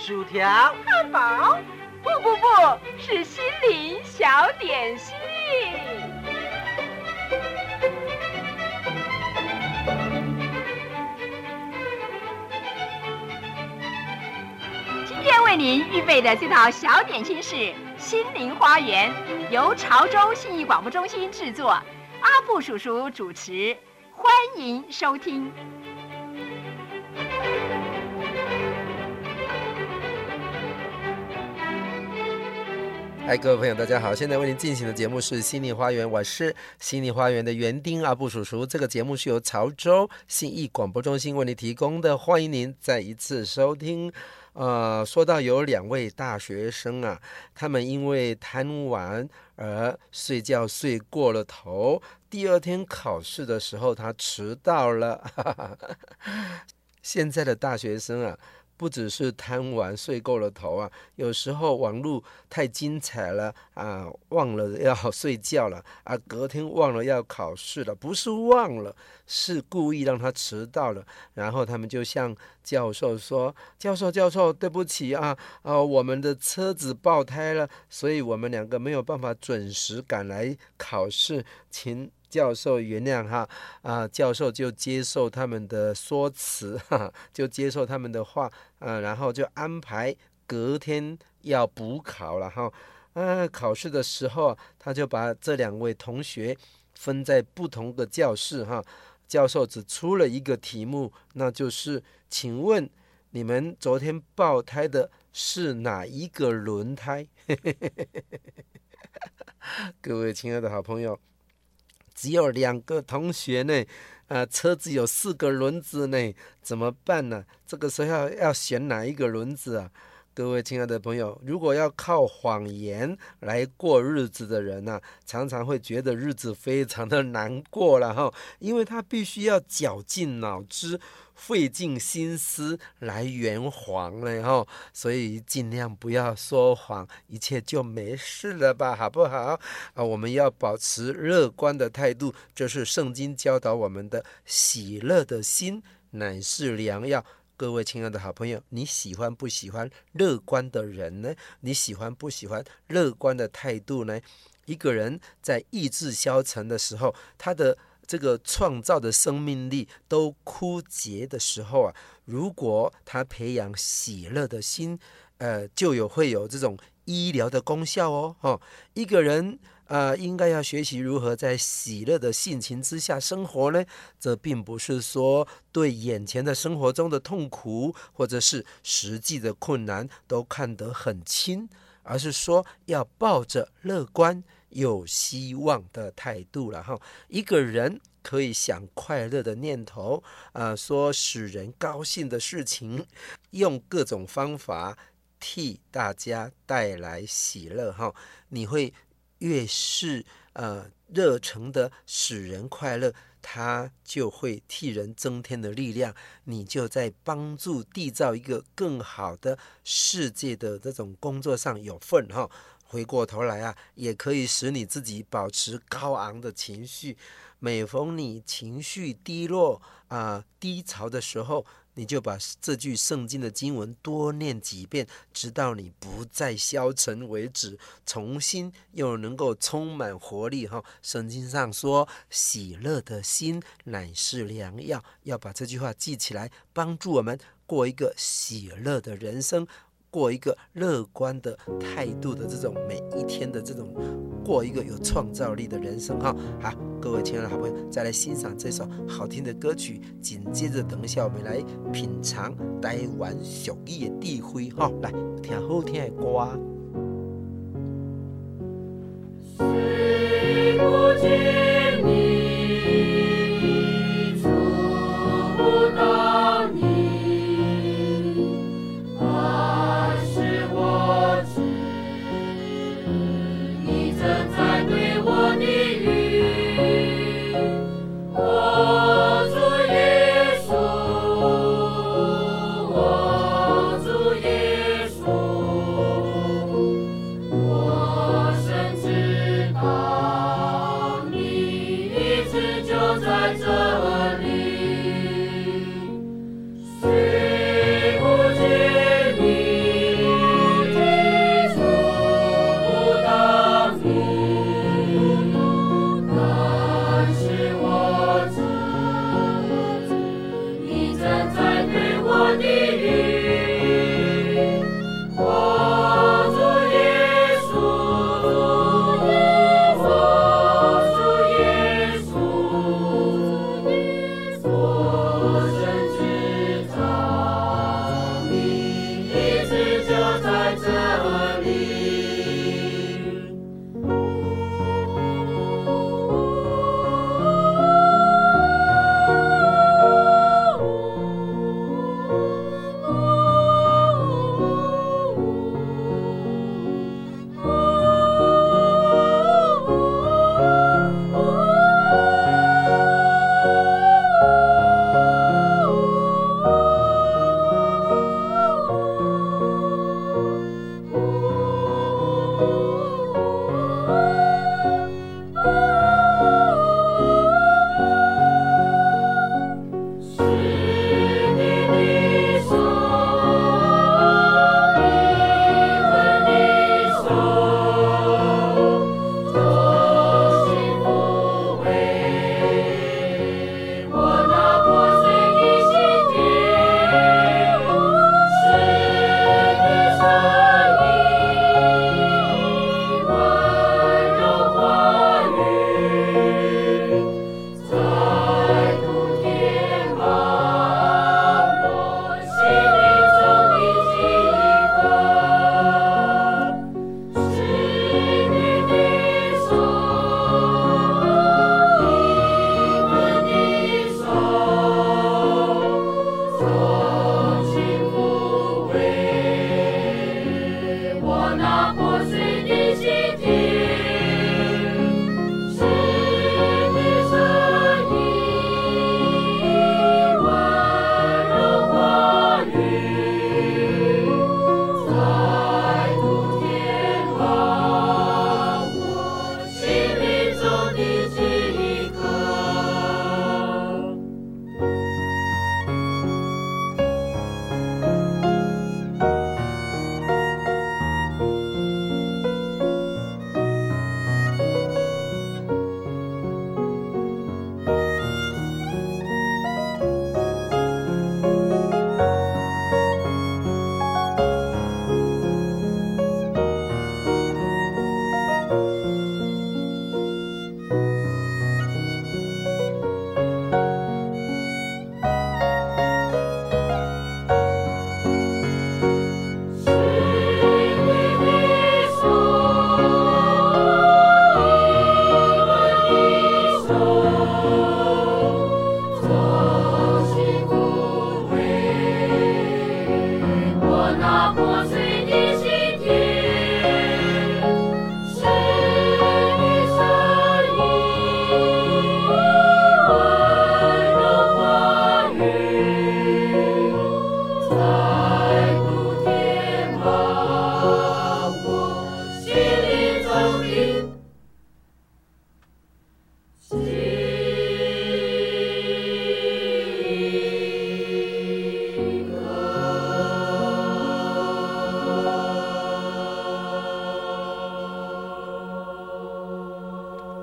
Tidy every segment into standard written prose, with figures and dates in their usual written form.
薯条、 汉堡，不，是心灵小点心。今天为您预备的这道小点心是心灵花园，由潮州信义广播中心制作，阿布叔叔主持，欢迎收听。 嗨，各位朋友，大家好！现在为您进行的节目是心灵花园，我是心灵花园的园丁阿布叔叔。这个节目是由潮州信义广播中心为您提供的，欢迎您再一次收听。说到有2位大学生啊，他们因为贪玩而睡觉睡过了头，第2天考试的时候他迟到了。现在的大学生啊，不只是贪玩睡过了头啊，有时候网络太精彩了啊，忘了要睡觉了啊，隔天忘了要考试了，不是忘了，是故意让他迟到了。然后他们就向教授说：“教授，对不起啊，我们的车子爆胎了，所以我们2个没有办法准时赶来考试，请教授原谅哈。”教授就接受他们的说辞，就接受他们的话，然后就安排隔天要补考了哈。考试的时候，他就把这2位同学分在不同的教室哈。教授只出了一个题目，那就是请问你们昨天爆胎的是哪一个轮胎？各位亲爱的好朋友，只有2个同学呢，车子有4个轮子呢，怎么办呢？这个时候要选哪一个轮子啊？各位亲爱的朋友，如果要靠谎言来过日子的人啊，常常会觉得日子非常的难过了哈，因为他必须要绞尽脑汁，费尽心思来圆谎了哈，所以尽量不要说谎，一切就没事了吧，好不好？我们要保持乐观的态度，这是圣经教导我们的，喜乐的心乃是良药。各位亲爱的好朋友，你喜欢不喜欢乐观的人呢？你喜欢不喜欢乐观的态度呢？一个人在意志消沉的时候，他的这个创造的生命力都枯竭的时候啊，如果他培养喜乐的心，就会有这种医疗的功效哦。一个人应该要学习如何在喜乐的性情之下生活呢？这并不是说对眼前的生活中的痛苦或者是实际的困难都看得很轻，而是说要抱着乐观有希望的态度了哈。一个人可以想快乐的念头，说使人高兴的事情，用各种方法替大家带来喜乐哈。你会越是热诚的使人快乐，他就会替人增添的力量，你就在帮助缔造一个更好的世界的这种工作上有份哈。回过头来啊，也可以使你自己保持高昂的情绪。每逢你情绪低落低潮的时候，你就把这句圣经的经文多念几遍，直到你不再消沉为止，重新又能够充满活力哈。圣经上说，喜乐的心乃是良药，要把这句话记起来，帮助我们过一个喜乐的人生，过一个乐观的态度的这种每一天的这种过一个有创造力的人生哈。好，各位亲爱的好朋友，再来欣赏这首好听的歌曲，紧接着等一下我们来品尝台湾俗语的智慧哈。来听好听的歌。 是不见你，触不到你，是我知你正在对我的语。我主耶稣，我主耶稣，我深知道你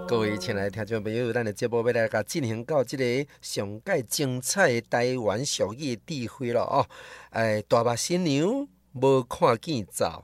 各位亲爱的听众朋友，咱的节目要来甲进行到这个上界精彩的台湾俗语的智慧了哦。大目新娘无看见灶，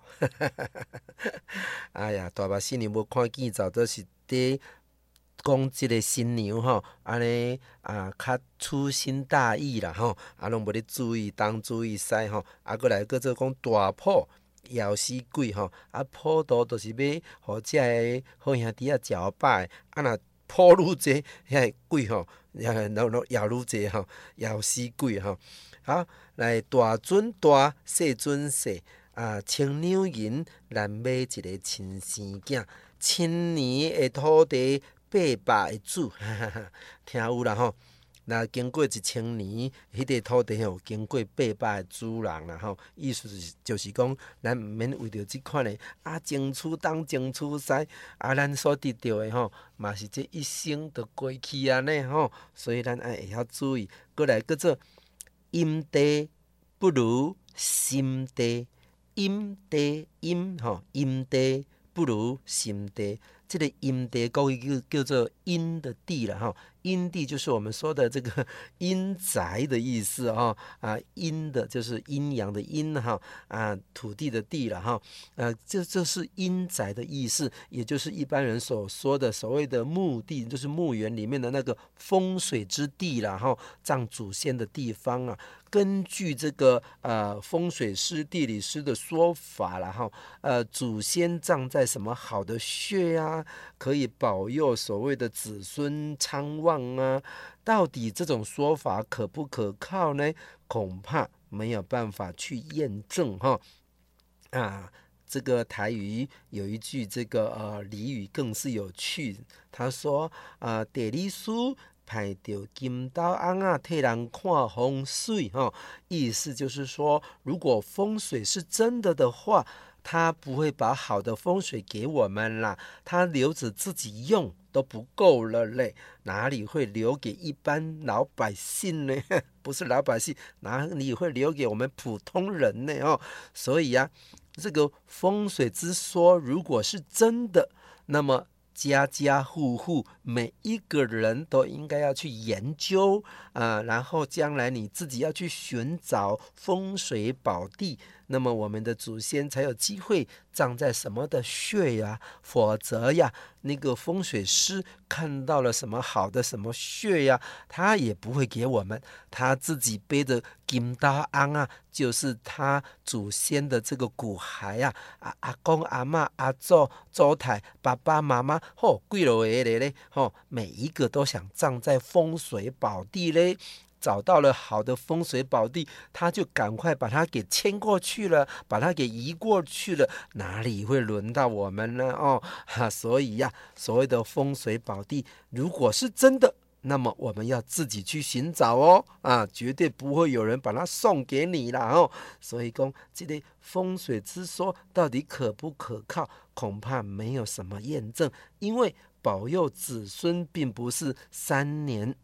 哎呀，大目新娘无看见灶，都是伫讲即个新娘吼，安尼较粗心大意啦吼，拢无咧注意东注意西吼，过来做讲大破。枵死鬼吼，普渡就是要互遮个好兄弟招拜，若破愈济，遐个鬼吼，枵愈济吼，枵死鬼吼。好，来大尊大，细尊细，青鸟银难买一个亲生囝，千年的土地800个子，听有啦吼。那经过1000年，迄个土地有经过800个主人啦吼，意思就是讲，咱毋免为着即款的争取东争取西，咱所得到的吼，嘛是这一生就过去安尼吼，所以咱爱会晓注意。过来叫做阴地不如心地，阴地阴吼，阴地不如心地。这个阴地国语叫做阴的地了哈，阴地就是我们说的这个阴宅的意思哈，阴的就是阴阳的阴哈，土地的地了哈，这是阴宅的意思，也就是一般人所说的所谓的墓地，就是墓园里面的那个风水之地了哈，葬祖先的地方啊。根据这个风水师、地理师的说法啦哈，祖先葬在什么好的穴啊，可以保佑所谓的子孙昌旺啊。到底这种说法可不可靠呢？恐怕没有办法去验证哈。这个台语有一句这个俚语更是有趣，他说地理师派到金刀翁替人看风水意思就是说，如果风水是真的的话，他不会把好的风水给我们啦，他留着自己用都不够了嘞，哪里会留给一般老百姓呢？不是老百姓，哪里会留给我们普通人呢？所以这个风水之说如果是真的，那么家家户户每一个人都应该要去研究然后将来你自己要去寻找风水宝地，那么我们的祖先才有机会葬在什么的穴呀，否则那个风水师看到了什么好的什么穴呀，他也不会给我们，他自己背着金刀翁就是他祖先的这个骨骸阿公阿嬷阿祖祖太爸爸妈妈几落个咧每一个都想葬在风水宝地嘞，找到了好的风水宝地，他就赶快把它给迁过去了，把它给移过去了，哪里会轮到我们呢？所以所谓的风水宝地如果是真的，那么我们要自己去寻找绝对不会有人把它送给你啦所以说这个风水之说到底可不可靠，恐怕没有什么验证，因为保佑子孙并不是3年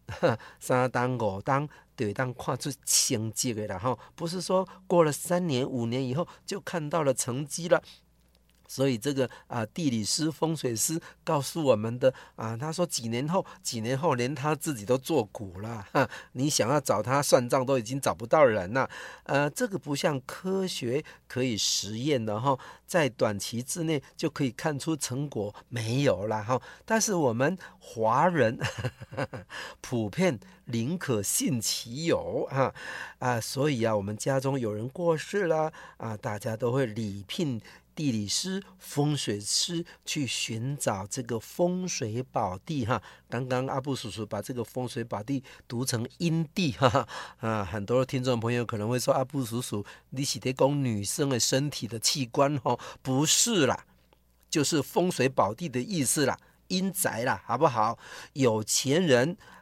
3当5当就会当看出成绩的啦不是说过了3年5年以后就看到了成绩了。所以这个地理师、风水师告诉我们的他说几年后连他自己都作古了你想要找他算账都已经找不到人了这个不像科学可以实验的在短期之内就可以看出成果，没有啦但是我们华人普遍宁可信其有所以我们家中有人过世了大家都会礼聘地理师、风水师去寻找这个风水宝地刚刚阿布叔叔把这个风水宝地读成阴地很多听众朋友可能会说阿布叔叔你是在讲女生的身体的器官不是啦，就是风水宝地的意思啦，阴宅啦，好不好？有钱人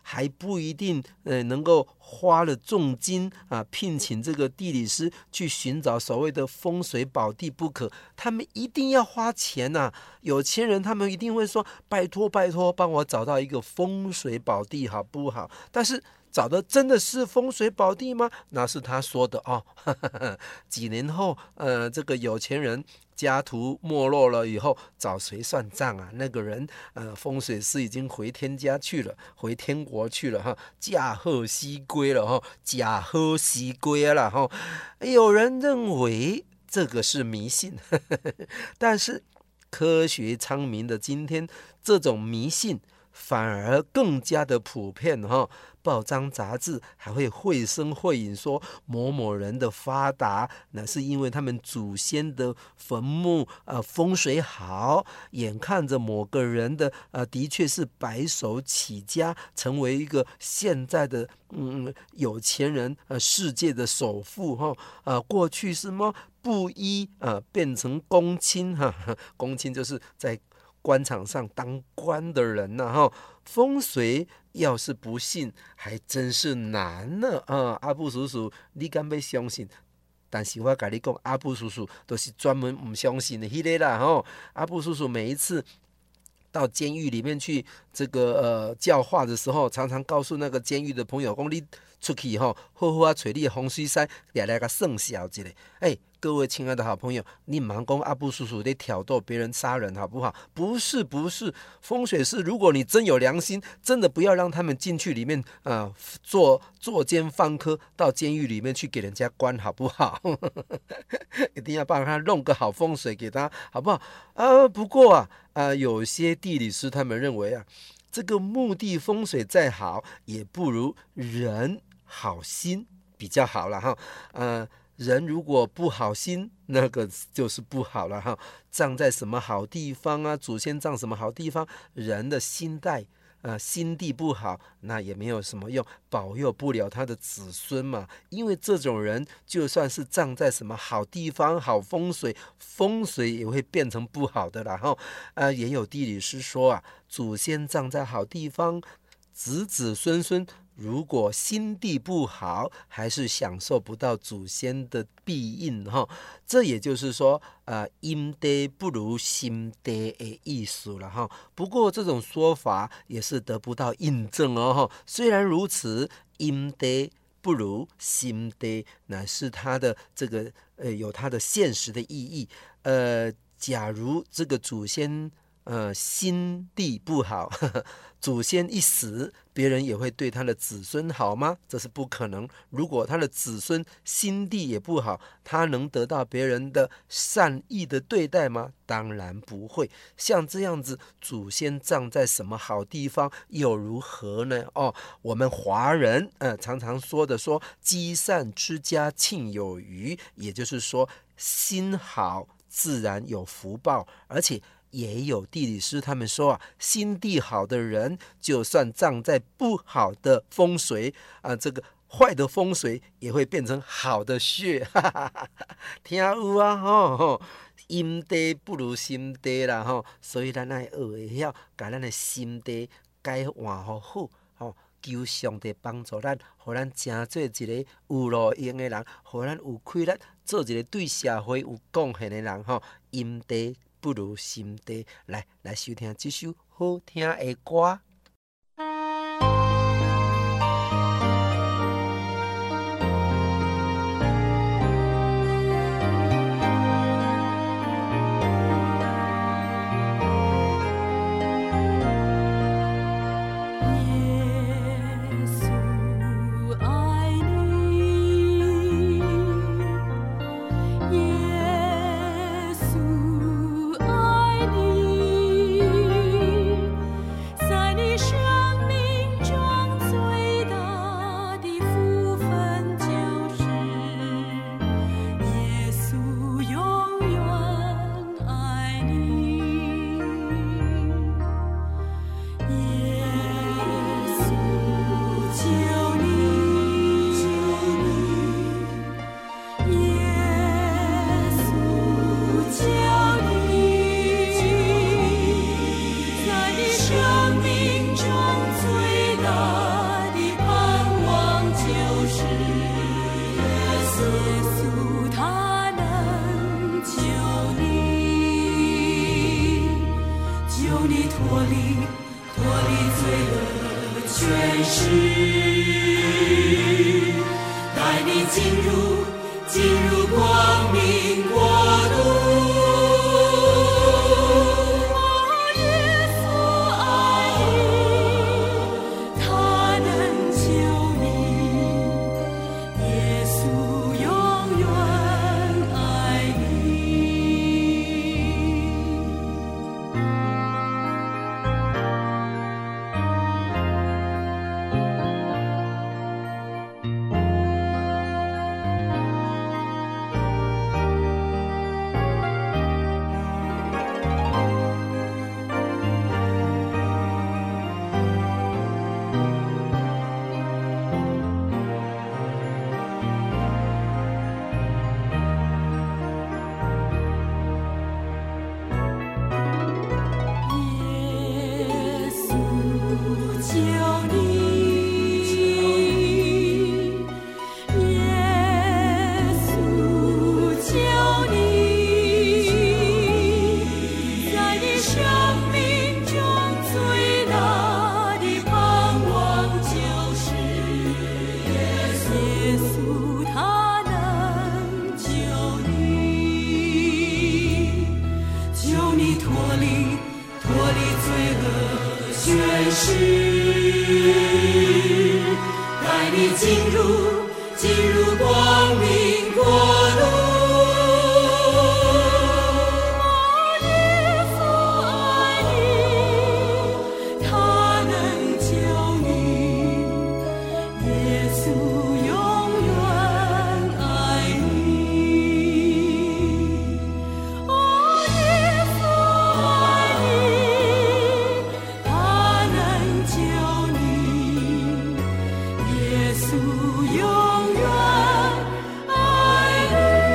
还不一定能够花了重金聘请这个地理师去寻找所谓的风水宝地不可，他们一定要花钱啊。有钱人他们一定会说，拜托拜托，帮我找到一个风水宝地好不好？但是找的真的是风水宝地吗？那是他说的哦。几年后，这个有钱人家徒没落了以后，找谁算账啊？那个人，风水师已经回天家去了，回天国去了哈，驾鹤西归了哈，驾鹤西归了哈。有人认为这个是迷信，但是科学昌明的今天，这种迷信反而更加的普遍哈。报章杂志还会绘声绘影说某某人的发达，那是因为他们祖先的坟墓风水好，眼看着某个人的的确是白手起家，成为一个现在的有钱人，世界的首富哈。过去什么布衣变成公卿哈，公卿就是在官场上当官的人呐哈。风水要是不信，还真是难呢阿布叔叔，你敢要相信？但是我跟你讲，阿布叔叔都是专门不相信的那个啦吼。阿布叔叔每一次到监狱里面去这个教化的时候，常常告诉那个监狱的朋友讲，你出去好好找你的风水师来个算小一下。各位亲爱的好朋友，你忙讲阿布叔叔在挑逗别人杀人好不好？不是，风水师，如果你真有良心，真的不要让他们进去里面作奸犯科，到监狱里面去给人家关好不好？一定要帮他弄个好风水给他好不好？不过有些地理师他们认为这个墓地风水再好，也不如人好心比较好了哈。人如果不好心，那个就是不好了哈。葬在什么好地方啊？祖先葬什么好地方？人的心地不好，那也没有什么用，保佑不了他的子孙嘛。因为这种人，就算是葬在什么好地方、好风水，风水也会变成不好的啦哈。也有地理师说祖先葬在好地方，子子孙孙如果心地不好，还是享受不到祖先的庇荫哈。这也就是说，阴地不如心地的意思了哈。不过这种说法也是得不到印证哦。虽然如此，阴地不如心地，乃是它的这个有它的现实的意义。假如这个祖先心地不好，祖先一死，别人也会对他的子孙好吗？这是不可能。如果他的子孙心地也不好，他能得到别人的善意的对待吗？当然不会。像这样子，祖先葬在什么好地方又如何呢？我们华人常常说积善之家庆有余，也就是说心好自然有福报，而且也有地理师他们说心地好的人，就算葬在不好的风水这个坏的风水也会变成好的穴，听有阴地不如心地啦所以咱要学会晓，把咱的心地改换好求上帝帮助咱，让咱成做一个有路用的人，让咱有气力做一个对社会有贡献的人阴地不如心地。来收听这首好听的歌。 在你救你脱离罪恶权势，带你进入光明国度。带你进入光明国度。耶稣爱你，他能救你，耶稣永远爱你。哦，耶稣爱你，他能救你，耶稣永远爱你。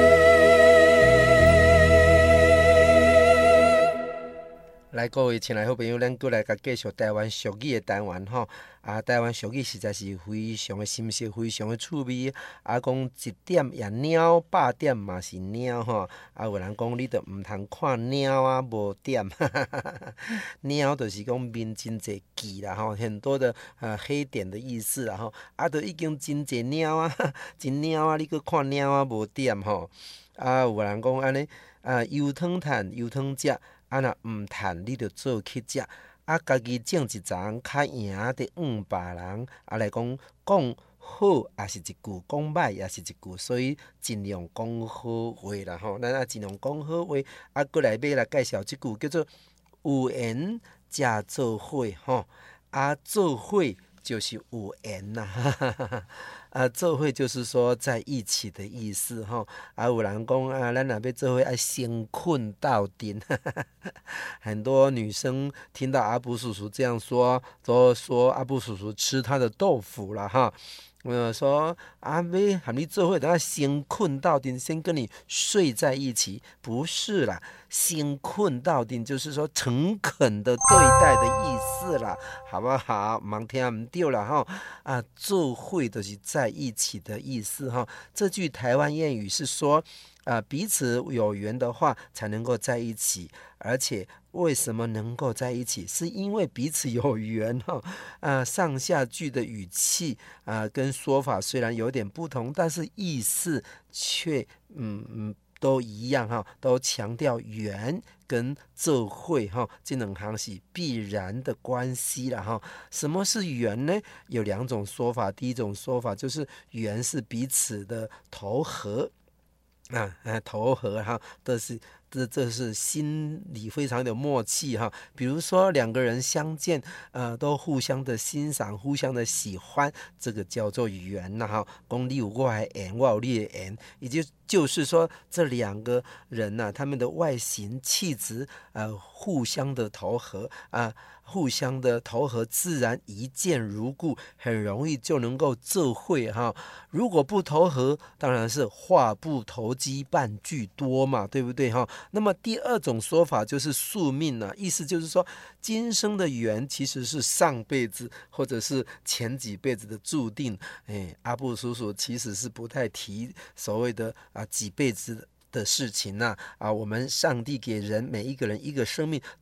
来，各位亲爱好朋友，咱过来甲继续台湾俗语的单元吼。台湾俗语实在是非常的深刻，非常的趣味。讲一点也鸟，百点嘛是鸟吼。有人讲你著毋通看鸟啊无点，鸟就是讲面真侪记啦吼，很多的黑点的意思啦吼。都已经真侪鸟啊，真鸟啊，你搁看鸟啊无点吼。有人讲安尼油汤趁油汤食。若毋趁，你著做去食。家己种一丛，较赢得别人。来讲好也是一句，讲歹也是一句，所以尽量讲好话啦吼。咱尽量讲好话。过来要来介绍即句叫做有缘才做伙吼。做伙就是有缘呐。做伙就是说在一起的意思吼。有人讲咱若要做伙要先困到底。很多女生听到阿布叔叔这样说，都说阿布叔叔吃他的豆腐了哈。说要和你做伙，等下先困到底，先跟你睡在一起，不是啦。先困到底就是说诚恳的对待的意思啦，好不好？忙听唔对啦哈。做伙就是在一起的意思哈。这句台湾谚语是说，彼此有缘的话才能够在一起，而且为什么能够在一起？是因为彼此有缘哈。上下句的语气跟说法虽然有点不同，但是意思却都一样哈，都强调缘跟做伙哈，这两项是必然的关系啦哈。什么是缘呢？有两种说法，第一种说法就是缘是彼此的投合。投合哈，这是心里非常有默契哈。比如说两个人相见，都互相的欣赏，互相的喜欢，这个叫做缘呐哈。讲你有我的缘，我有你的缘，也就是说这两个人呐，他们的外形气质互相的投合互相的投合，自然一见如故，很容易就能够做伙哈。如果不投合，当然是话不投机半句多嘛，对不对哈？那么第二种说法就是宿命啊，意思就是说今生的缘其实是上辈子或者是前几辈子的注定。阿布叔叔其实是不太提所谓的几辈子的事情我们上帝给人每一个人一个生命，只有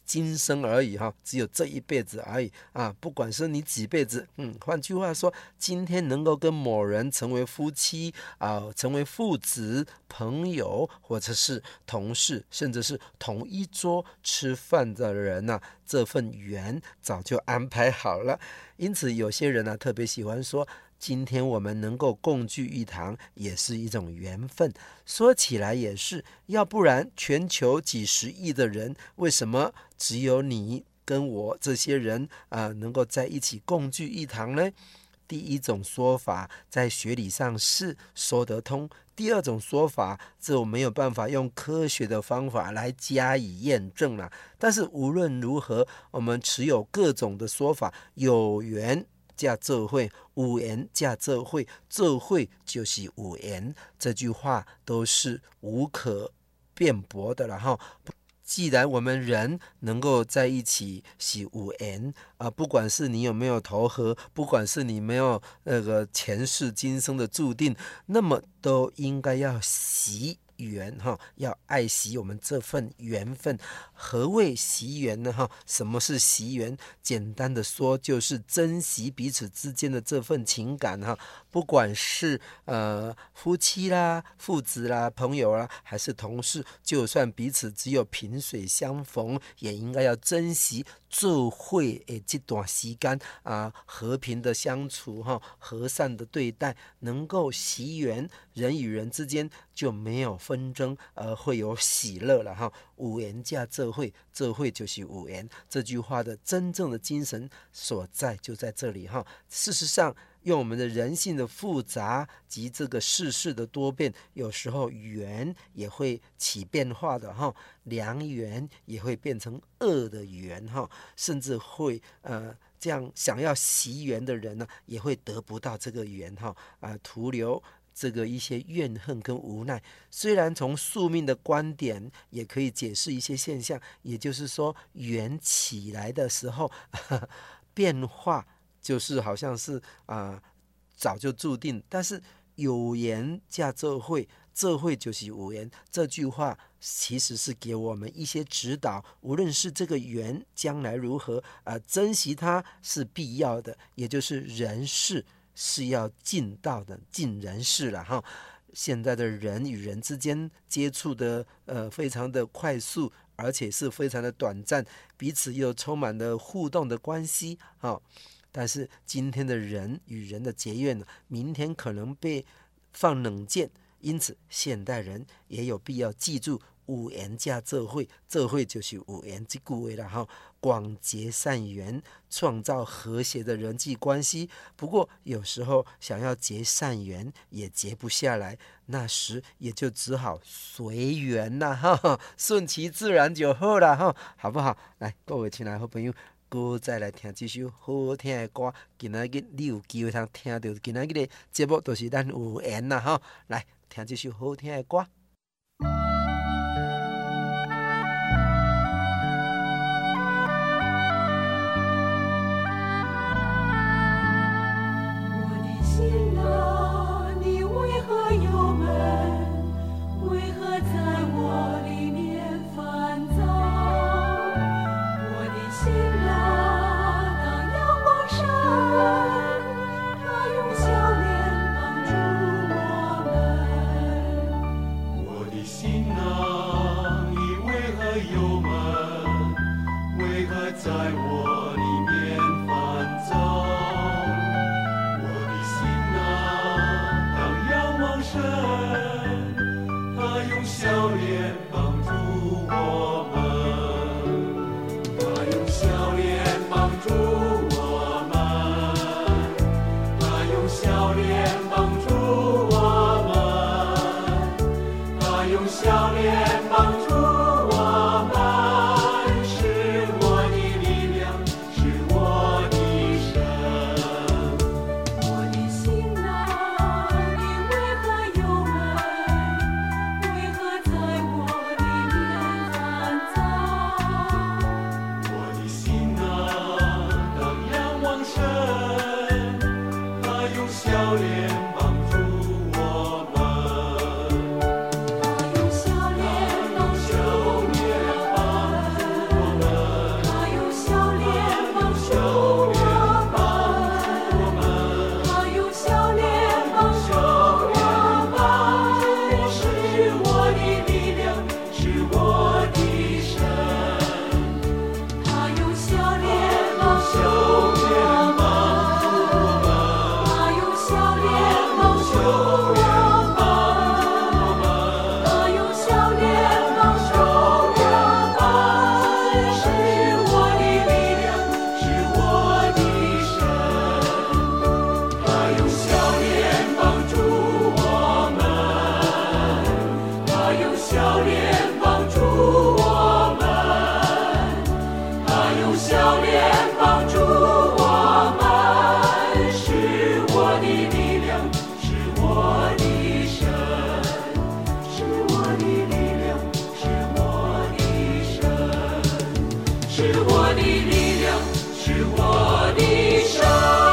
今生而已哈，只有这一辈子而已啊！不管是你几辈子，换句话说，今天能够跟某人成为夫妻啊，成为父子、朋友，或者是同事，甚至是同一桌吃饭的人啊，这份缘早就安排好了。因此，有些人特别喜欢说，今天我们能够共聚一堂，也是一种缘分。说起来也是，要不然全球几十亿的人，为什么只有你跟我这些人能够在一起共聚一堂呢？第一种说法在学理上是说得通，第二种说法这我没有办法用科学的方法来加以验证了。但是无论如何，我们持有各种的说法，有缘加做会，有缘加做会，做会就是有缘，这句话都是无可辩驳的了哈。既然我们人能够在一起是有缘不管是你有没有投合，不管是你没有那个前世今生的注定，那么都应该要惜缘要爱惜我们这份缘分。何谓惜缘呢？什么是惜缘？简单的说，就是珍惜彼此之间的这份情感不管是夫妻啦、父子啦、朋友啦，还是同事，就算彼此只有萍水相逢，也应该要珍惜做伙的这段时间和平的相处和善的对待，能够惜缘，人与人之间就没有纷争，会有喜乐了有缘加做伙，做伙就是有缘。这句话的真正的精神所在就在这里事实上，用我们的人性的复杂及这个世事的多变，有时候缘也会起变化的良缘也会变成恶的缘甚至会这样想要惜缘的人呢，也会得不到这个缘徒留这个一些怨恨跟无奈。虽然从宿命的观点也可以解释一些现象，也就是说缘起来的时候变化就是好像是早就注定，但是有缘加做伙，做伙就是有缘，这句话其实是给我们一些指导，无论是这个缘将来如何珍惜它是必要的，也就是人事是要尽到的，尽人事了现在的人与人之间接触的非常的快速，而且是非常的短暂，彼此又充满了互动的关系但是今天的人与人的结怨呢，明天可能被放冷箭，因此现代人也有必要记住有缘加做伙，做伙就是有缘这句话啦广结善缘，创造和谐的人际关系。不过有时候想要结善缘也结不下来，那时也就只好随缘啦顺其自然就好了好不好？来，各位亲爱的好朋友，再来听这首好好听的歌。今仔日你有机会通听到今仔日的节目，都是咱有缘啦来听这首好好听的歌。 笑脸帮助我们，是我的力量。 用笑脸帮助我们，是我的力量，是我的神，是我的力量，是我的神，是我的力量，是我的神。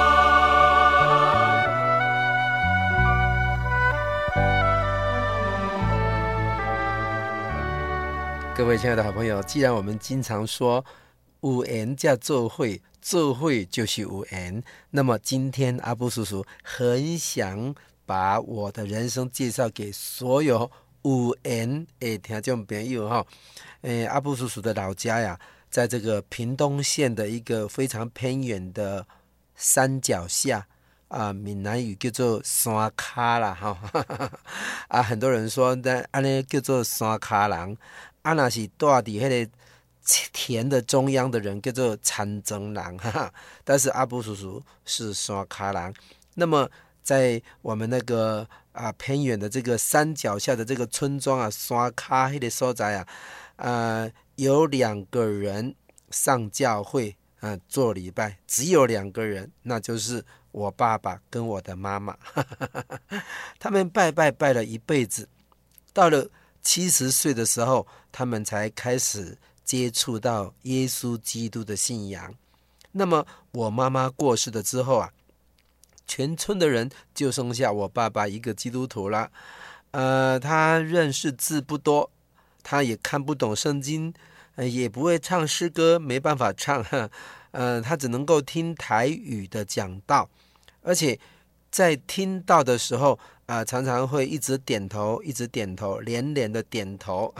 各位亲爱的好朋友，既然我们经常说有缘才做伙，做伙就是有缘，那么今天阿布叔叔很想把我的人生介绍给所有有缘的听众朋友哈。阿布叔叔的老家呀，在这个屏东县的一个非常偏远的山脚下。闽南语叫做山卡啦哈，很多人说那安尼叫做山卡人，若是住伫迄个田的中央的人叫做田庄人哈。但是阿布叔叔是山卡人。那么在我们那个偏远的这个山脚下的这个村庄啊，山卡迄个所在啊，有2个人上教会做礼拜，只有2个人，那就是我爸爸跟我的妈妈他们拜了一辈子，到了70岁的时候，他们才开始接触到耶稣基督的信仰。那么我妈妈过世了之后啊，全村的人就剩下我爸爸一个基督徒了。他认识字不多，他也看不懂圣经，也不会唱诗歌，没办法唱他只能够听台语的讲道，而且在听到的时候常常会一直点头，连连的点头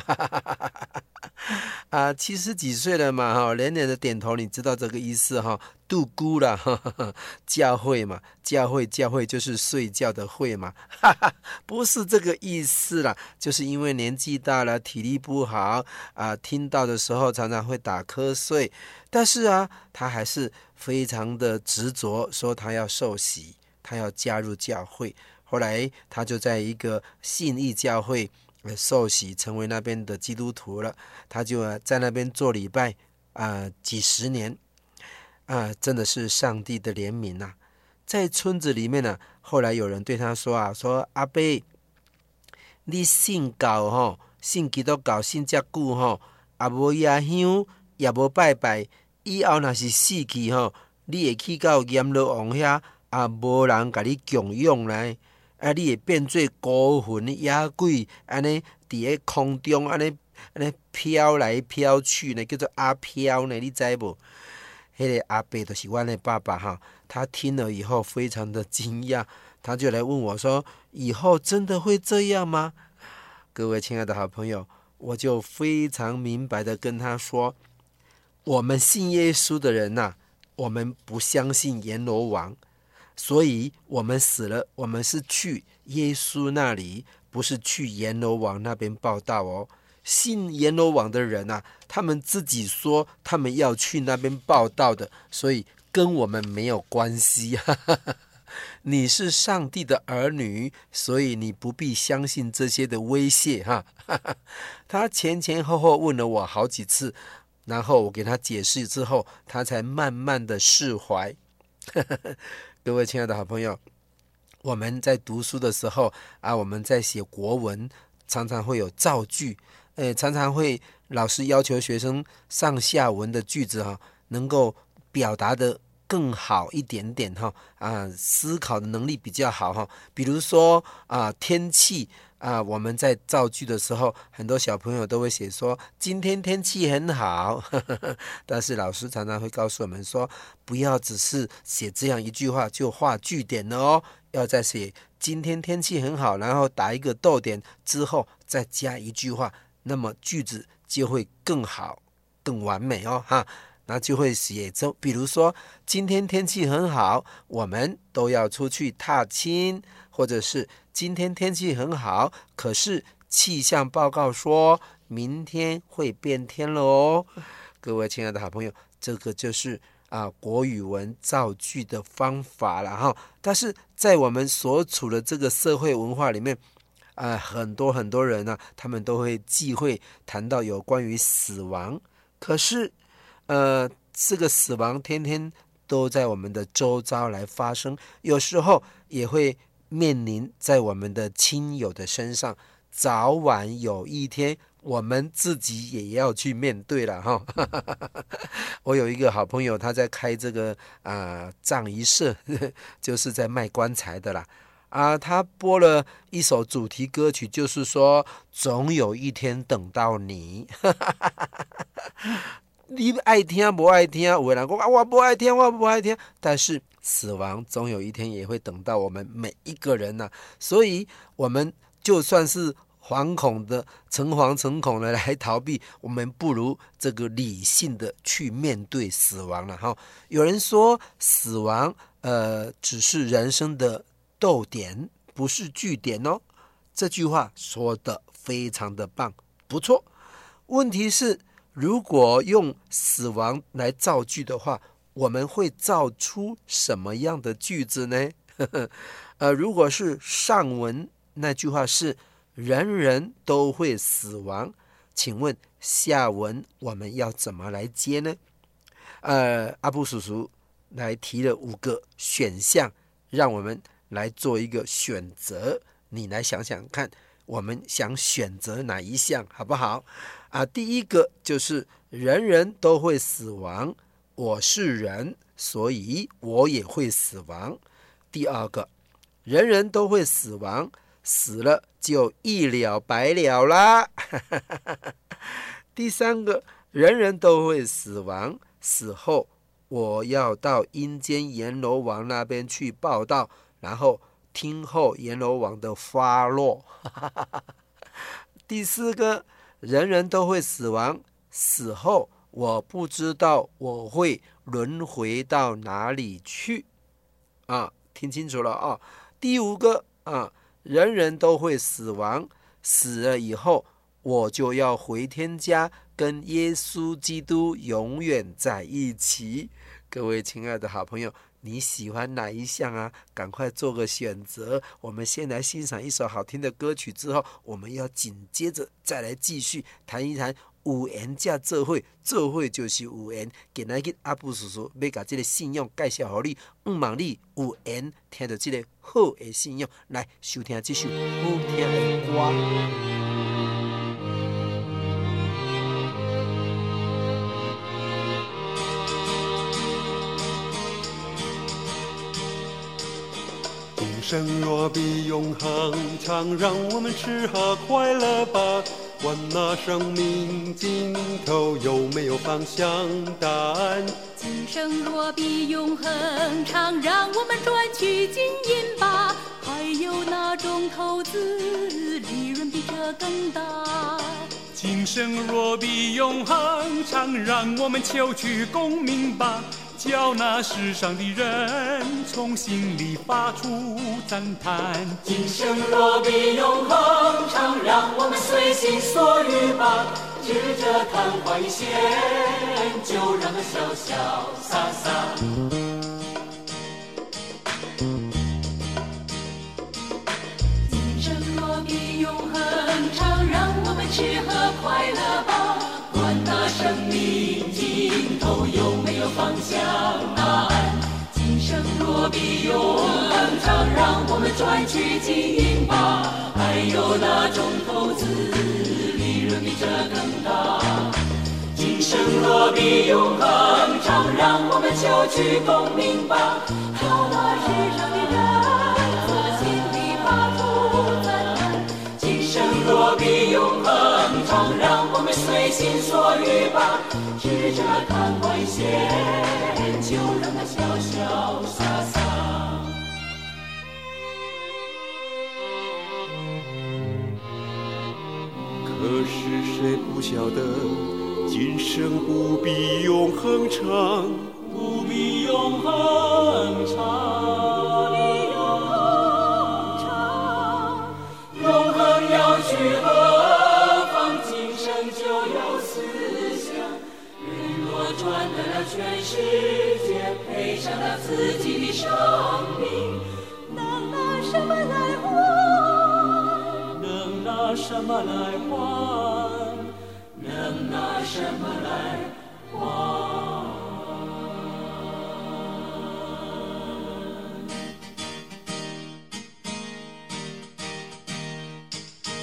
70几岁了嘛，连连的点头，你知道这个意思哈？度孤啦，教会嘛，教会就是睡觉的会嘛，不是这个意思啦，就是因为年纪大了，体力不好听到的时候常常会打瞌睡，但是他还是非常的执着，说他要受洗，他要加入教会。后来他就在一个信义教会受洗，成为那边的基督徒了。他就在那边做礼拜几十年真的是上帝的怜悯啊。在村子里面后来有人对他说说阿伯，你信教信基督教信这久也无野香，也无拜拜，以后若是死去你会去到阎罗王遐无人甲你供养来。你会变做孤魂野鬼，安尼伫咧空中安尼飘来飘去呢，叫做阿飘呢，你知无？迄个阿伯就是我的爸爸他听了以后非常的惊讶，他就来问我说：“以后真的会这样吗？”各位亲爱的好朋友，我就非常明白的跟他说：“我们信耶稣的人我们不相信阎罗王。”所以我们死了，我们是去耶稣那里，不是去阎罗王那边报道哦。信阎罗王的人他们自己说他们要去那边报道的，所以跟我们没有关系你是上帝的儿女，所以你不必相信这些的威胁他前后后问了我好几次，然后我给他解释之后，他才慢慢的释怀各位亲爱的好朋友，我们在读书的时候我们在写国文，常常会有造句，常常会老师要求学生上下文的句子能够表达的更好一点点思考的能力比较好比如说天气我们在造句的时候，很多小朋友都会写说今天天气很好但是老师常常会告诉我们说，不要只是写这样一句话就画句点了哦，要再写今天天气很好，然后打一个逗点之后再加一句话，那么句子就会更好更完美哦那就会写比如说今天天气很好，我们都要出去踏青，或者是今天天气很好，可是气象报告说明天会变天了哦。各位亲爱的好朋友，这个就是国语文造句的方法了但是在我们所处的这个社会文化里面很多人他们都会忌讳谈到有关于死亡，可是这个死亡天天都在我们的周遭来发生，有时候也会面临在我们的亲友的身上，早晚有一天我们自己也要去面对了哈。我有一个好朋友，他在开这个葬仪社，就是在卖棺材的啦。他播了一首主题歌曲，就是说总有一天等到你。你爱听不爱听，有的人说我不爱听，我不爱听，但是死亡总有一天也会等到我们每一个人啊，所以我们就算是惶恐的诚惶诚恐的来逃避，我们不如这个理性的去面对死亡了哈。有人说死亡只是人生的逗点，不是句点哦。这句话说得非常的棒，不错。问题是，如果用死亡来造句的话，我们会造出什么样的句子呢？如果是上文那句话是人人都会死亡，请问下文我们要怎么来接呢？阿布叔叔来提了5个选项，让我们来做一个选择，你来想想看，我们想选择哪一项好不好？第一个就是人人都会死亡，我是人，所以我也会死亡。第二个，人人都会死亡，死了就一了百了啦。第三个，人人都会死亡，死后我要到阴间阎罗王那边去报道，然后听候阎罗王的发落。第四个，人人都会死亡，死后我不知道我会轮回到哪里去。听清楚了啊。第5个人人都会死亡，死了以后我就要回天家跟耶稣基督永远在一起。各位亲爱的好朋友，你喜欢哪一项啊？赶快做个选择。我们先来欣赏一首好听的歌曲，之后我们要紧接着再来继续谈一谈有缘才做伙，做伙就是有缘。今仔日阿布叔叔要把这个信仰介绍给你，望你有缘听到这个好的信仰，来收听这首好听的歌。 生若比永恒长，让我们吃喝快乐吧。问那生命尽头有没有方向答案？ 今生若比永恒长，让我们赚取金银吧。还有哪种投资利润比这更大？ 今生若比永恒长，让我们求取功名吧。叫那世上的人从心里发出赞叹。 今生若比永恒长，让我们随心所欲吧。指着昙花一现，就让它潇潇洒洒。 今生若比永恒长，让我们吃喝快乐吧。管那生命尽头有没有方向答案？今生若比永恒长，让我们赚取金银吧。还有哪种投资利润比这更大？ 今生若比永恒长，让我们求取功名吧。 叫那世上的人从心里发出赞叹。 今生若比永恒长，让我们随心所欲吧。指着昙花一现，就让它潇潇洒洒。可是谁不晓得，今生不比永恒长， 不比永恒长， 永恒要去何方？今生就有思想。人若赚得了全世界，赔上了自己的生命， 能拿什么来换？ 能拿什么来换？ 能拿什么来换？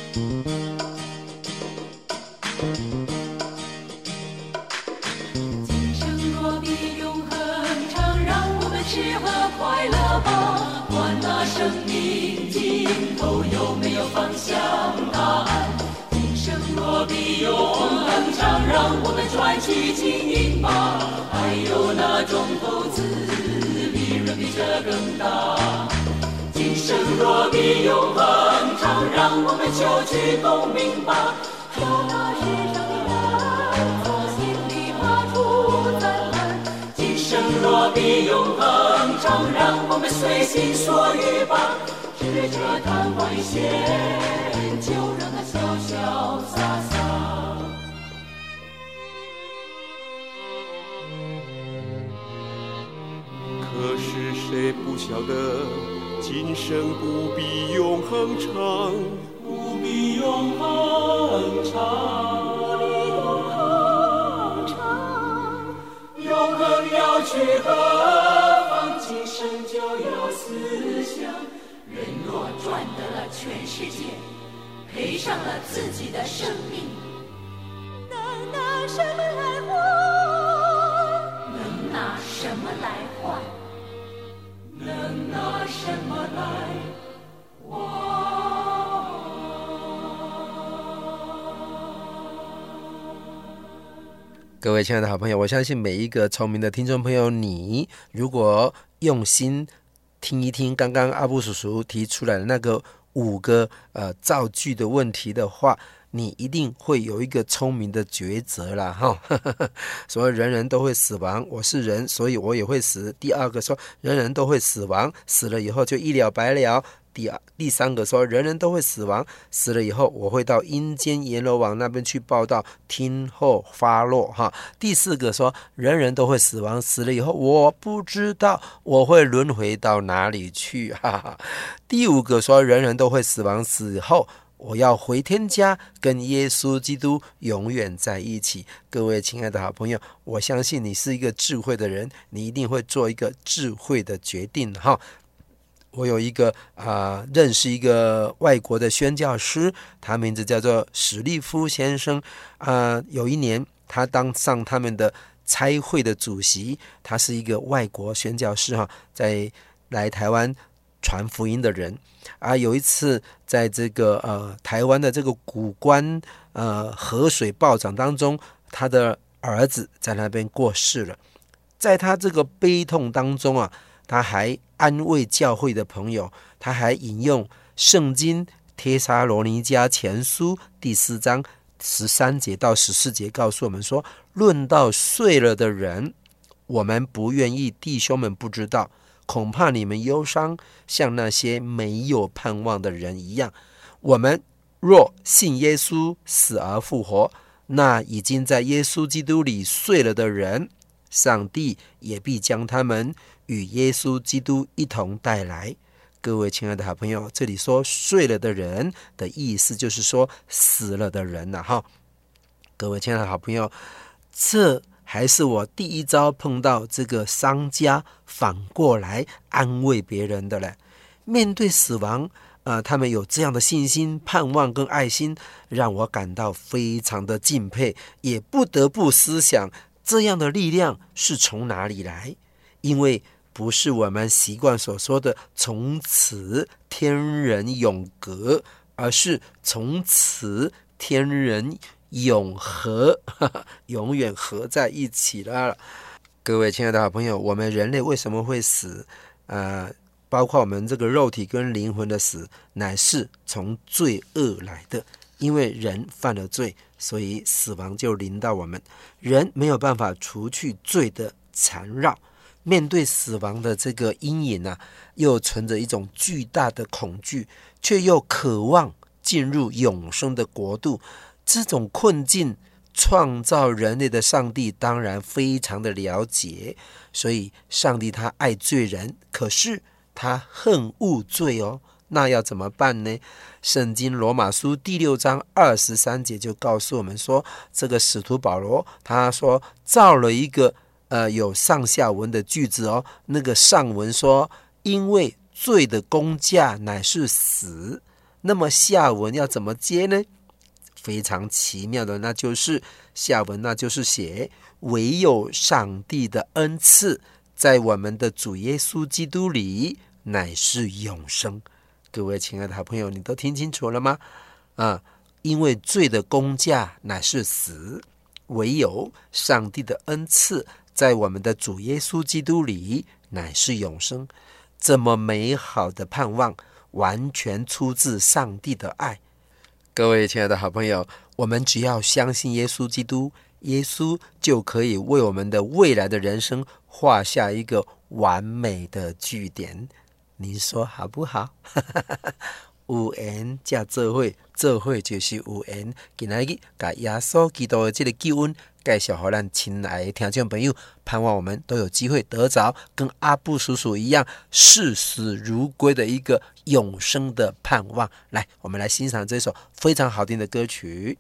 今生若比永恒长，让我们吃喝快乐吧。管那生命尽头有没有方向答案。今生若比永恒长，让我们赚取金银吧。还有哪种投资利润比这更大？今生若比永恒长，让我们求取功名吧。叫那世上的人从心里发出赞叹。今生若比永恒长，让我们随心所欲吧。指着昙花一现，就让它潇潇洒洒。 可是谁不晓得，今生不比永恒长， 不比永恒长，不比永恒长。永恒要去何方？今生就要思想。人若赚得了全世界，赔上了自己的生命，能拿什么来换？能拿什么来换？能拿什么来换？ 各位亲爱的好朋友，我相信每一个聪明的听众朋友，你如果用心听一听刚刚阿布叔叔提出来的那个5个造句的问题的话，你一定会有一个聪明的抉择啦哈。说人人都会死亡，我是人，所以我也会死。第2个说人人都会死亡，死了以后就一了百了。第3个说人人都会死亡，死了以后我会到阴间阎罗王那边去报道，听候发落哈。第4个说人人都会死亡，死了以后我不知道我会轮回到哪里去哈哈。第5个说人人都会死亡，死后我要回天家跟耶稣基督永远在一起。各位亲爱的好朋友，我相信你是一个智慧的人，你一定会做一个智慧的决定哈。我有一个认识一个外国的宣教师，他名字叫做史利夫先生。有一年他当上他们的差会的主席，他是一个外国宣教师哈，在来台湾传福音的人。有一次在这个台湾的这个谷关河水暴涨当中，他的儿子在那边过世了。在他这个悲痛当中他还安慰教会的朋友，他还引用圣经帖撒罗尼迦前书第4章13节到14节，告诉我们说，论到睡了的人，我们不愿意弟兄们不知道，恐怕你们忧伤，像那些没有盼望的人一样。我们若信耶稣死而复活，那已经在耶稣基督里睡了的人，上帝也必将他们与耶稣基督一同带来。各位亲爱的好朋友，这里说睡了的人的意思就是说死了的人哈。各位亲爱的好朋友，这还是我第一遭碰到这个商家反过来安慰别人的嘞。面对死亡他们有这样的信心、盼望跟爱心，让我感到非常的敬佩，也不得不思想这样的力量是从哪里来。因为不是我们习惯所说的从此天人永隔，而是从此天人永和，永远合在一起了。各位亲爱的好朋友，我们人类为什么会死？包括我们这个肉体跟灵魂的死，乃是从罪恶来的。因为人犯了罪，所以死亡就临到我们。人没有办法除去罪的缠绕，面对死亡的这个阴影又存着一种巨大的恐惧，却又渴望进入永生的国度。这种困境，创造人类的上帝当然非常的了解，所以上帝他爱罪人，可是他恨恶罪哦。那要怎么办呢？圣经罗马书第6章23节就告诉我们说，这个使徒保罗他说造了一个有上下文的句子哦。那个上文说，因为罪的工价乃是死， 那么下文要怎么接呢？非常奇妙的，那就是下文，那就是写唯有上帝的恩赐在我们的主耶稣基督里乃是永生。各位亲爱的好朋友，你都听清楚了吗？因为罪的工价乃是死，唯有上帝的恩赐在我们的主耶稣基督里乃是永生。这么美好的盼望完全出自上帝的爱。各位亲爱的好朋友，我们只要相信耶稣基督，耶稣就可以为我们的未来的人生画下一个完美的句点。您说好不好？有缘才做伙，做伙就是有缘。今日把耶稣基督的这个救恩介绍给咱亲爱的听众朋友，盼望我们都有机会得着跟阿布叔叔一样视死如归的一个永生的盼望。来，我们来欣赏这首非常好听的歌曲。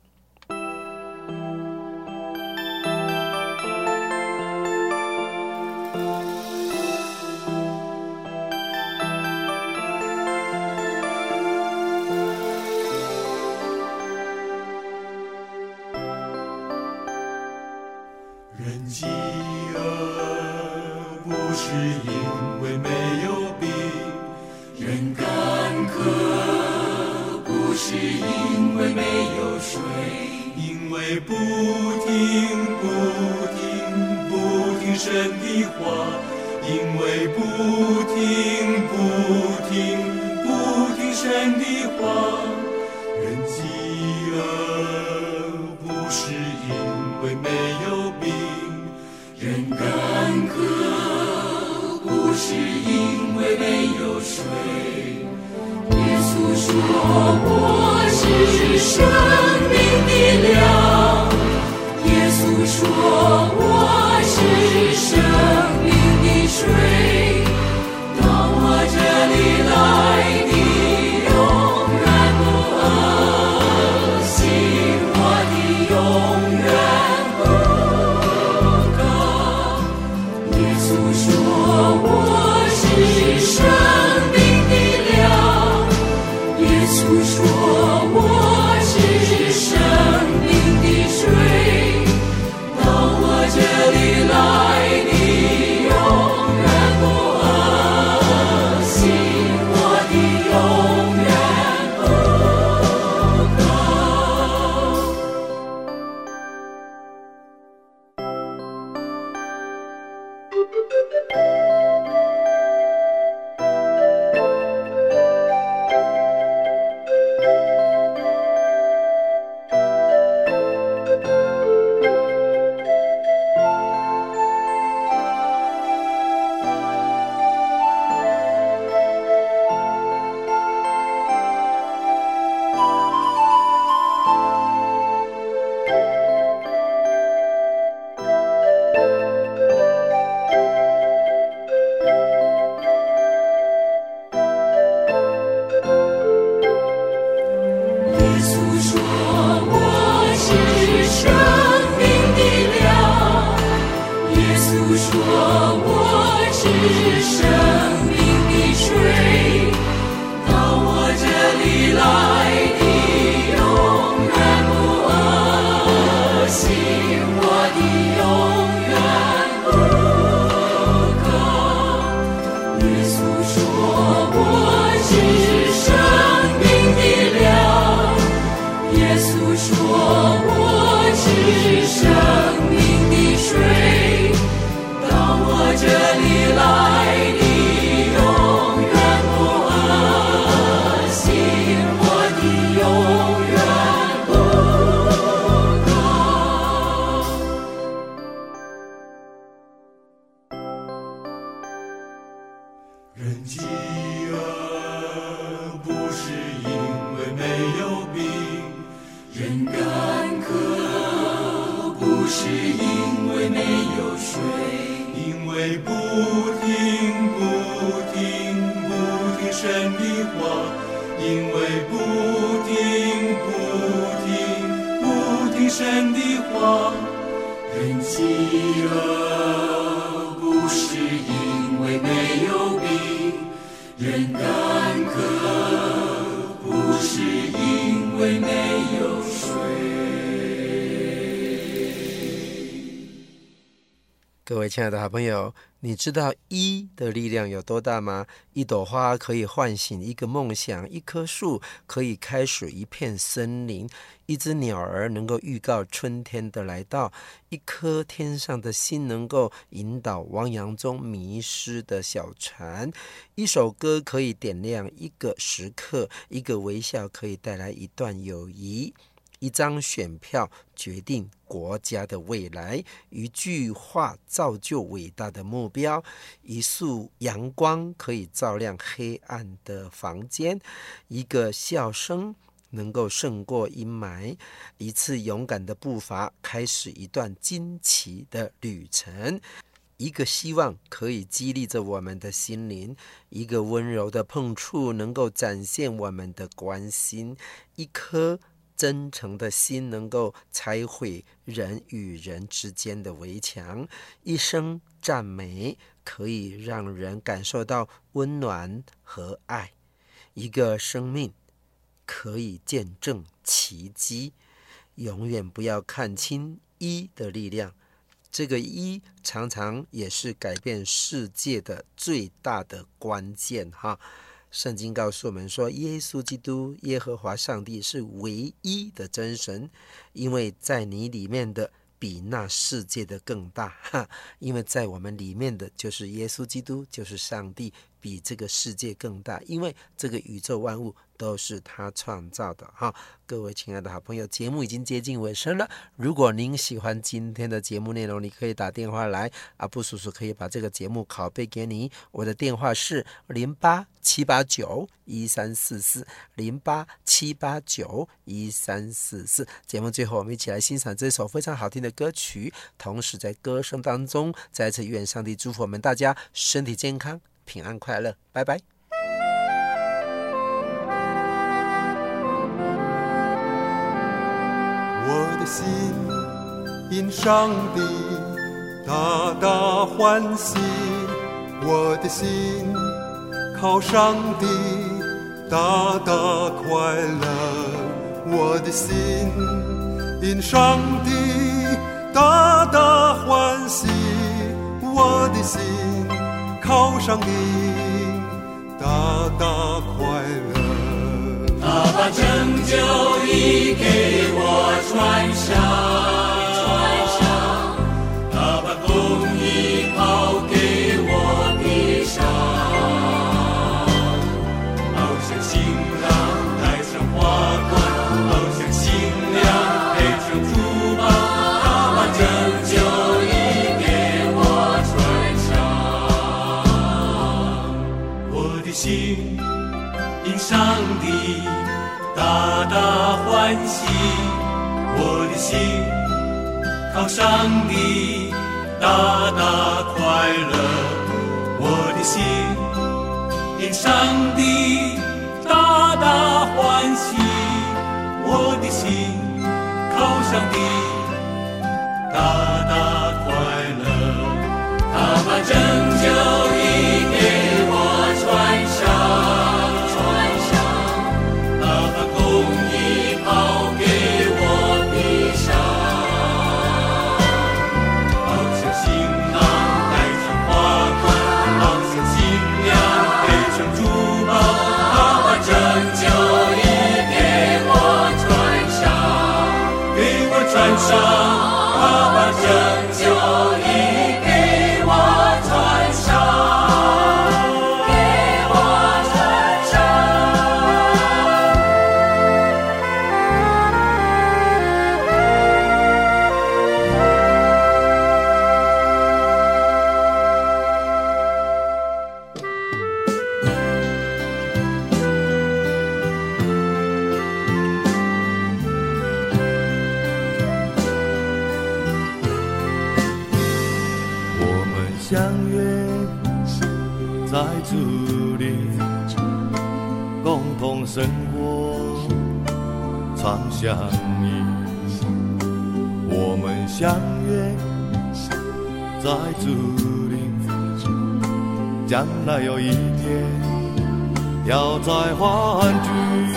人饥饿不是因为没有饼，人干渴不是因为没有水，因为不听神的话，因为不听神的话。人饥饿不是因为没有饼，人干渴不是因为没有水。耶稣说我是生命的粮，耶稣说我是生命的水，到我这里来你永远不饿，信我的永远不渴。耶稣说我是生命的粮，耶稣说我是生命的水，到我这里来你永远不饿，信我的永远不渴。耶稣说我是生命的粮，耶稣说我是生命的水，到我这里来你永远不饿，信我的永远不渴。耶稣说我是生命的粮，耶稣说我是生命的水，到我这里来你永远不饿，信我的永远不渴。人饥饿不是因为没有饼，人干渴不是因为没有水，因为不听神的话，因为不听神的话。人饥饿不是因为没有饼，人干渴不是位亲爱的好朋友，你知道一的力量有多大吗？一朵花可以唤醒一个梦想，一棵树可以开始一片森林，一只鸟儿能够预告春天的来到，一颗天上的心能够引导汪洋中迷失的小船，一首歌可以点亮一个时刻，一个微笑可以带来一段友谊，一张选票决定国家的未来，一句话造就伟大的目标，一束阳光可以照亮黑暗的房间，一个笑声能够胜过阴霾，一次勇敢的步伐开始一段惊奇的旅程，一个希望可以激励着我们的心灵，一个温柔的碰触能够展现我们的关心，一颗真诚的心能够拆毁人与人之间的围墙，一声赞美可以让人感受到温暖和爱，一个生命可以见证奇迹。永远不要看清一的力量，这个一常常也是改变世界的最大的关键哈。圣经告诉我们说，耶稣基督耶和华上帝是唯一的真神，因为在你里面的比那世界的更大因为在我们里面的就是耶稣基督，就是上帝，比这个世界更大，因为这个宇宙万物都是他创造的各位亲爱的好朋友，节目已经接近尾声了，如果您喜欢今天的节目内容，你可以打电话来，阿布叔叔可以把这个节目拷贝给你，我的电话是08-789-1344 08-789-1344。节目最后我们一起来欣赏这首非常好听的歌曲，同时在歌声当中再次愿上帝祝福我们大家身体健康平安快乐，拜拜。 我的心因上帝大大欢喜，我的心靠上帝大大快乐，我的心因上帝大大欢喜，我的心靠上帝大大快乐。 他把拯救已给我穿上，他把公义袍给我披上，好像新郎戴上花冠，好像新娘配上珠宝，他把拯救已给我穿上，我的心因上帝大大欢喜，我的心靠上帝大大快乐，我的心因上帝大大欢喜，我的心靠上帝大大快乐，他把拯救已给我穿上，他把拯救已给我穿上，给我穿上。 相约在主里，共同生活，常相依。我们相约在主里，将来有一天要再欢聚，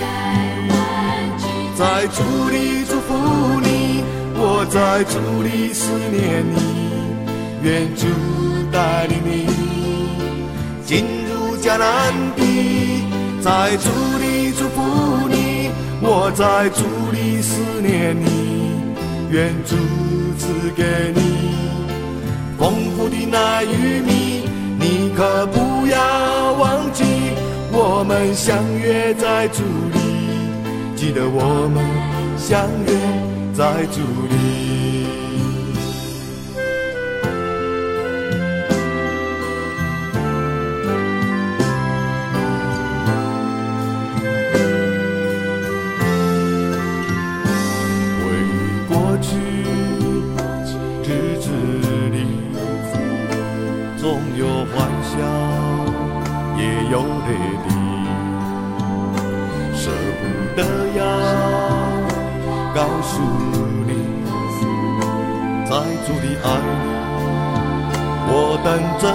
在主里祝福你，我在主里思念你。 愿主带领你进入迦南地，在主里祝福你，我在主里思念你，愿主赐给你丰富的奶与蜜，你可不要忘记，我们相约在主里，记得我们相约在主里。总有欢笑，也有泪滴，舍不得要告诉你，在主的爱里，我等着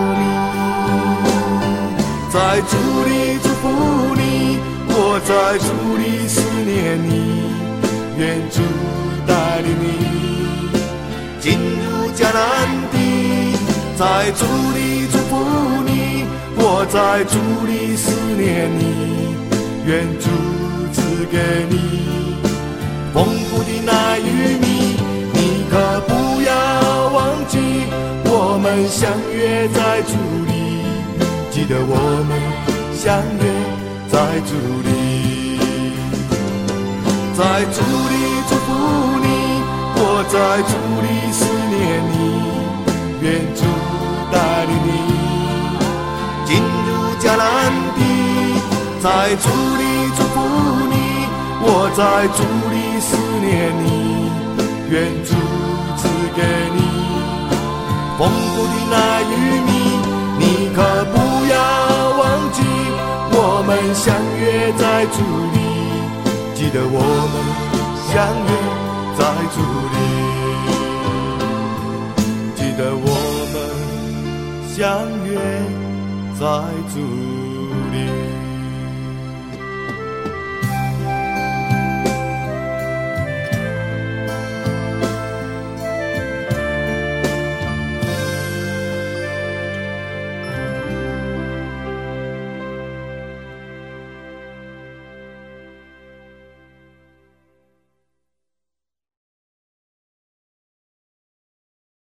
你，在主里祝福你，我在主里思念你，愿主带领你进入迦南地，在主里祝福你，我在主里思念你，愿主赐给你丰富的奶与蜜，你可不要忘记，我们相约在主里，记得我们相约在主里，在主里祝福你，我在主里思念你，愿主带领你进入迦南地，在主里祝福你，我在主里思念你，愿主赐给你丰富的奶与蜜，你可不要忘记，我们相约在主里，记得我们相约在主里，记得我们相约在主里。